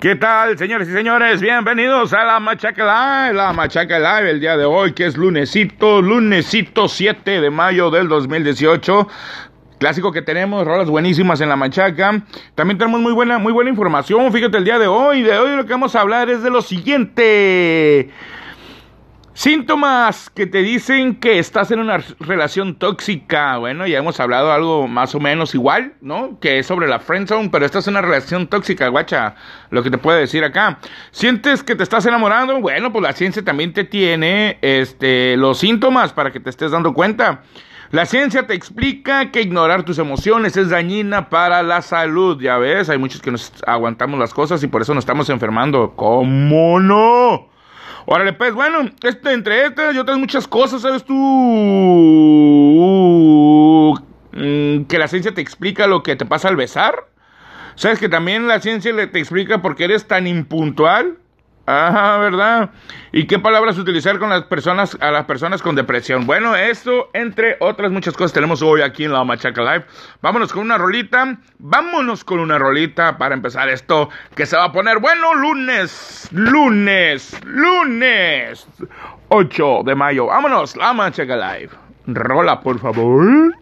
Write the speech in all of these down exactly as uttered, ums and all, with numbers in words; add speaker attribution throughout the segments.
Speaker 1: ¿Qué tal, señores y señores? Bienvenidos a la Machaca Live, la Machaca Live el día de hoy, que es lunesito, lunesito siete de mayo del dos mil dieciocho. Clásico que tenemos, rolas buenísimas en la Machaca. También tenemos muy buena, muy buena información. Fíjate, el día de hoy, de hoy lo que vamos a hablar es de lo siguiente. Síntomas que te dicen que estás en una relación tóxica. Bueno, ya hemos hablado algo más o menos igual, ¿no? Que es sobre la friendzone, pero estás en una relación tóxica, guacha. Lo que te puedo decir acá. ¿Sientes que te estás enamorando? Bueno, pues la ciencia también te tiene este, los síntomas para que te estés dando cuenta. La ciencia te explica que ignorar tus emociones es dañina para la salud. Ya ves, hay muchos que nos aguantamos las cosas y por eso nos estamos enfermando. ¿Cómo no? Órale, pues, bueno, este, entre estas y otras muchas cosas, ¿sabes tú? Mm, que la ciencia te explica lo que te pasa al besar. ¿Sabes que también la ciencia te explica por qué eres tan impuntual? Ajá, ¿verdad? ¿Y qué palabras utilizar con las personas, a las personas con depresión? Bueno, esto, entre otras muchas cosas, tenemos hoy aquí en la Machaca Live. Vámonos con una rolita, vámonos con una rolita para empezar esto, que se va a poner bueno lunes, lunes, lunes, ocho de mayo. Vámonos, la Machaca Live. Rola, por favor.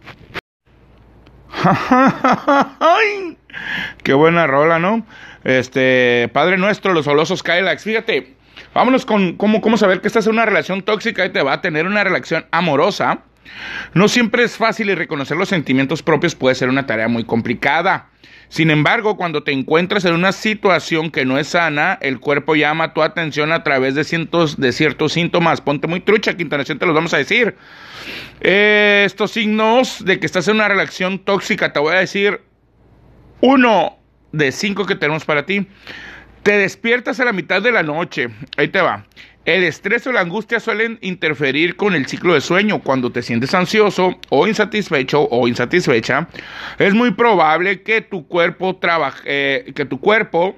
Speaker 1: ¡Ay! Qué buena rola, ¿no? Este, Padre Nuestro, los Olosos Cadillacs. Fíjate, vámonos con cómo, cómo saber que estás en una relación tóxica y te va a tener una relación amorosa. No siempre es fácil y reconocer los sentimientos propios puede ser una tarea muy complicada. Sin embargo, cuando te encuentras en una situación que no es sana, el cuerpo llama tu atención a través de cientos de ciertos síntomas. Ponte muy trucha, que internación te los vamos a decir. Eh, estos signos de que estás en una relación tóxica, te voy a decir uno de cinco que tenemos para ti. Te despiertas a la mitad de la noche. Ahí te va. El estrés o la angustia suelen interferir con el ciclo de sueño. Cuando te sientes ansioso o insatisfecho o insatisfecha, es muy probable que tu cuerpo trabaje, eh, que tu cuerpo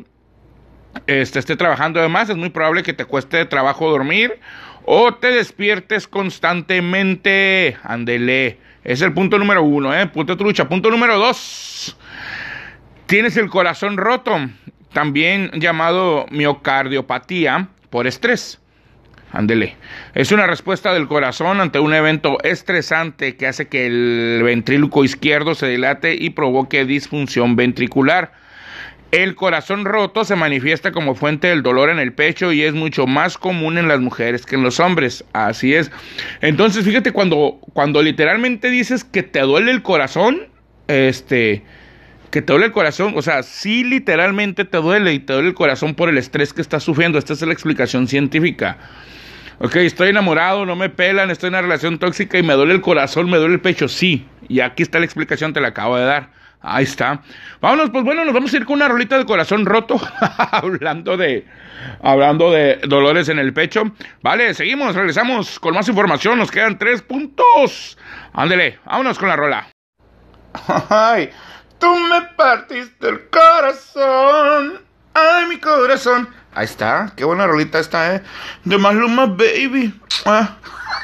Speaker 1: este, esté trabajando de más. Es muy probable que te cueste trabajo dormir o te despiertes constantemente. Ándele. Es el punto número uno, ¿eh? Punto trucha. Punto número dos. Tienes el corazón roto, también llamado miocardiopatía por estrés. Ándele. Es una respuesta del corazón ante un evento estresante que hace que el ventrículo izquierdo se dilate y provoque disfunción ventricular. El corazón roto se manifiesta como fuente del dolor en el pecho y es mucho más común en las mujeres que en los hombres. Así es. Entonces, fíjate, cuando, cuando literalmente dices que te duele el corazón, este... que te duele el corazón, o sea, sí literalmente te duele y te duele el corazón por el estrés que estás sufriendo. Esta es la explicación científica. Ok, estoy enamorado, no me pelan, estoy en una relación tóxica y me duele el corazón, me duele el pecho. Sí, y aquí está la explicación, te la acabo de dar. Ahí está. Vámonos, pues bueno, nos vamos a ir con una rolita de corazón roto, hablando de, hablando de dolores en el pecho. Vale, seguimos, regresamos con más información, nos quedan tres puntos. Ándele, vámonos con la rola. Ay, tú me partiste el corazón, ay, mi corazón. Ahí está, qué buena rolita esta, eh. De Maluma, baby. Ah.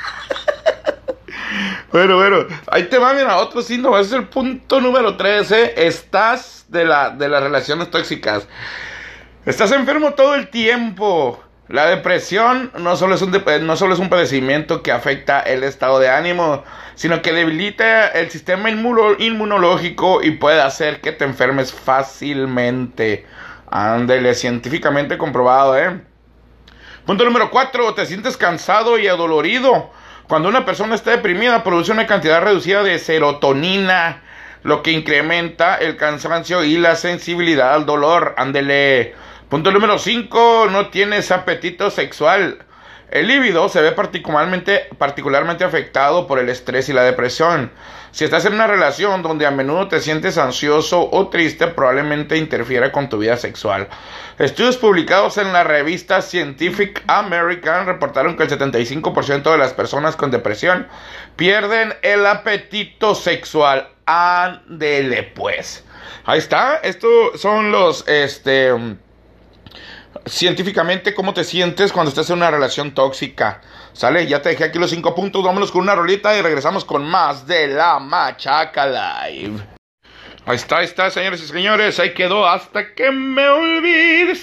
Speaker 1: Bueno, bueno, ahí te va, mira, otro síntoma. Ese es el punto número tres, eh. Estás de, la, de las relaciones tóxicas. Estás enfermo todo el tiempo. La depresión no solo es un, de, no solo es un padecimiento que afecta el estado de ánimo, sino que debilita el sistema inmuno, inmunológico y puede hacer que te enfermes fácilmente. Ándele, científicamente comprobado, ¿eh? Punto número cuatro, te sientes cansado y adolorido. Cuando una persona está deprimida, produce una cantidad reducida de serotonina, lo que incrementa el cansancio y la sensibilidad al dolor. Ándele. Punto número cinco, no tienes apetito sexual. El líbido se ve particularmente, particularmente afectado por el estrés y la depresión. Si estás en una relación donde a menudo te sientes ansioso o triste, probablemente interfiera con tu vida sexual. Estudios publicados en la revista Scientific American reportaron que el setenta y cinco por ciento de las personas con depresión pierden el apetito sexual. Ándele pues. Ahí está. Estos son los... este científicamente cómo te sientes cuando estás en una relación tóxica. Sale, ya te dejé aquí los cinco puntos. Vámonos con una rolita y regresamos con más de la Machaca Live. Ahí está, ahí está, señores y señores. Ahí quedó Hasta que me olvides.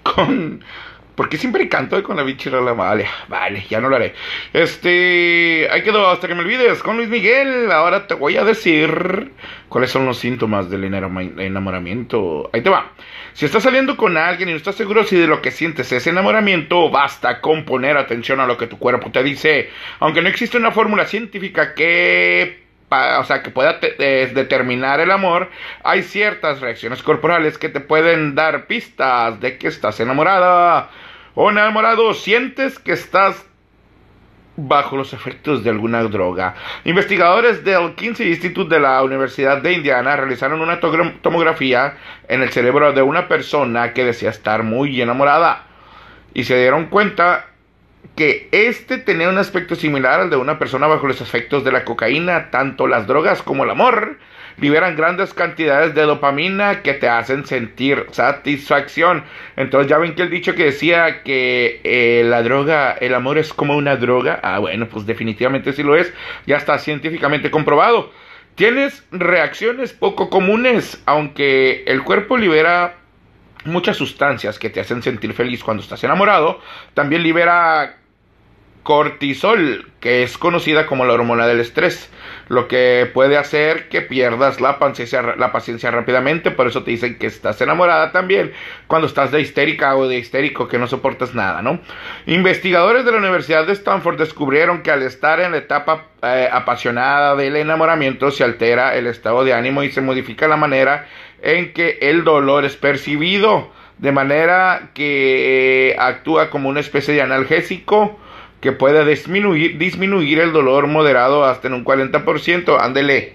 Speaker 1: con... Porque siempre canto con la bichirola. Vale, vale, ya no lo haré. Este... Ahí quedó, hasta que me olvides, con Luis Miguel. Ahora te voy a decir cuáles son los síntomas del enamoramiento. Ahí te va. Si estás saliendo con alguien y no estás seguro si de lo que sientes es enamoramiento, basta con poner atención a lo que tu cuerpo te dice. Aunque no existe una fórmula científica que... o sea, que pueda te, eh, determinar el amor, hay ciertas reacciones corporales que te pueden dar pistas de que estás enamorada o enamorado. Sientes que estás bajo los efectos de alguna droga. Investigadores del Kinsey Institute de la Universidad de Indiana realizaron una tomografía en el cerebro de una persona que decía estar muy enamorada y se dieron cuenta que este tenía un aspecto similar al de una persona bajo los efectos de la cocaína. Tanto las drogas como el amor liberan grandes cantidades de dopamina que te hacen sentir satisfacción. Entonces ya ven que el dicho que decía que eh, la droga, el amor es como una droga. Ah, bueno, pues definitivamente sí lo es. Ya está científicamente comprobado. Tienes reacciones poco comunes, aunque el cuerpo libera muchas sustancias que te hacen sentir feliz cuando estás enamorado. También libera cortisol, que es conocida como la hormona del estrés, lo que puede hacer que pierdas la paciencia, la paciencia rápidamente. Por eso te dicen que estás enamorada también cuando estás de histérica o de histérico, que no soportas nada, ¿no? Investigadores de la Universidad de Stanford descubrieron que al estar en la etapa eh, apasionada del enamoramiento se altera el estado de ánimo y se modifica la manera en que el dolor es percibido, de manera que eh, actúa como una especie de analgésico que puede disminuir, disminuir el dolor moderado hasta en un cuarenta por ciento. Ándele,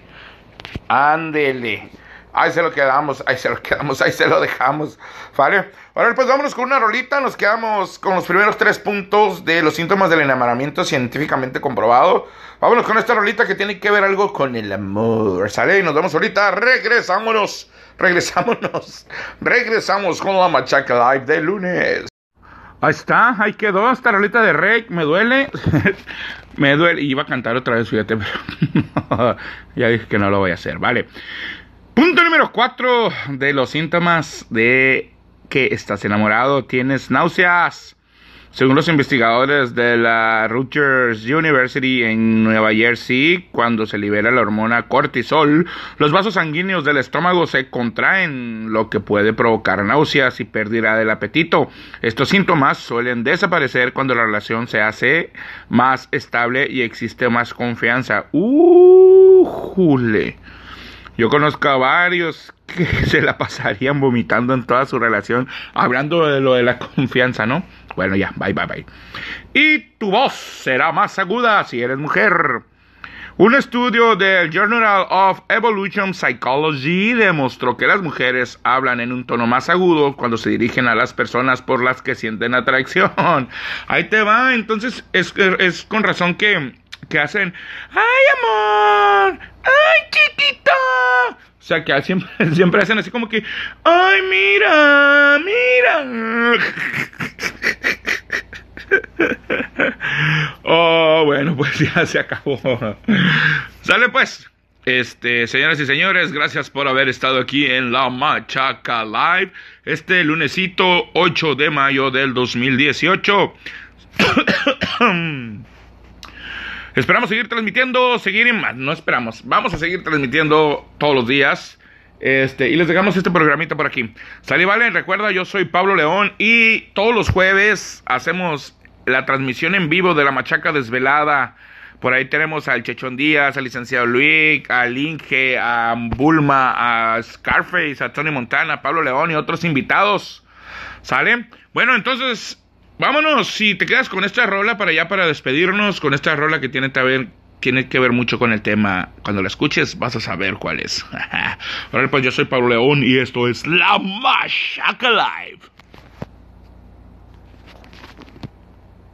Speaker 1: ándele. Ahí se lo quedamos, ahí se lo quedamos, ahí se lo dejamos. ¿Vale? Ahora pues vámonos con una rolita. Nos quedamos con los primeros tres puntos de los síntomas del enamoramiento científicamente comprobado. Vámonos con esta rolita que tiene que ver algo con el amor. ¿Sale? Y nos vemos ahorita. Regresámonos, regresámonos. Regresamos con la Machaca Live de lunes. Ahí está, ahí quedó esta rolita de Rey. Me duele. Me duele. Iba a cantar otra vez, fíjate, pero ya dije que no lo voy a hacer, vale. Punto número cuatro de los síntomas de que estás enamorado. Tienes náuseas. Según los investigadores de la Rutgers University en Nueva Jersey, cuando se libera la hormona cortisol, los vasos sanguíneos del estómago se contraen, lo que puede provocar náuseas y pérdida del apetito. Estos síntomas suelen desaparecer cuando la relación se hace más estable y existe más confianza. ¡Uh, jule! Yo conozco a varios que se la pasarían vomitando en toda su relación, hablando de lo de la confianza, ¿no? Bueno, ya, bye, bye, bye. Y tu voz será más aguda si eres mujer. Un estudio del Journal of Evolution Psychology demostró que las mujeres hablan en un tono más agudo cuando se dirigen a las personas por las que sienten atracción. Ahí te va, entonces es, es con razón que, que hacen, ¡ay, amor! ¡Ay, chiquita! O sea, que siempre, siempre hacen así como que, ¡ay, mira! ¡Mira! Oh, bueno, pues ya se acabó. Sale pues. Este, señoras y señores, gracias por haber estado aquí en la Machaca Live. Este lunesito ocho de mayo del dos mil dieciocho. Esperamos seguir transmitiendo, seguir en más, no esperamos, vamos a seguir transmitiendo todos los días, este, y les dejamos este programita por aquí. Sale, vale, recuerda, yo soy Pablo León, y todos los jueves hacemos la transmisión en vivo de la Machaca Desvelada. Por ahí tenemos al Chechón Díaz, al licenciado Luis, al Inge, a Bulma, a Scarface, a Tony Montana, a Pablo León y otros invitados. ¿Sale? Bueno, entonces... vámonos, si te quedas con esta rola para allá para despedirnos, con esta rola que tiene que ver, tiene que ver mucho con el tema. Cuando la escuches vas a saber cuál es. Ahora pues yo soy Pablo León y esto es La Machaca Live.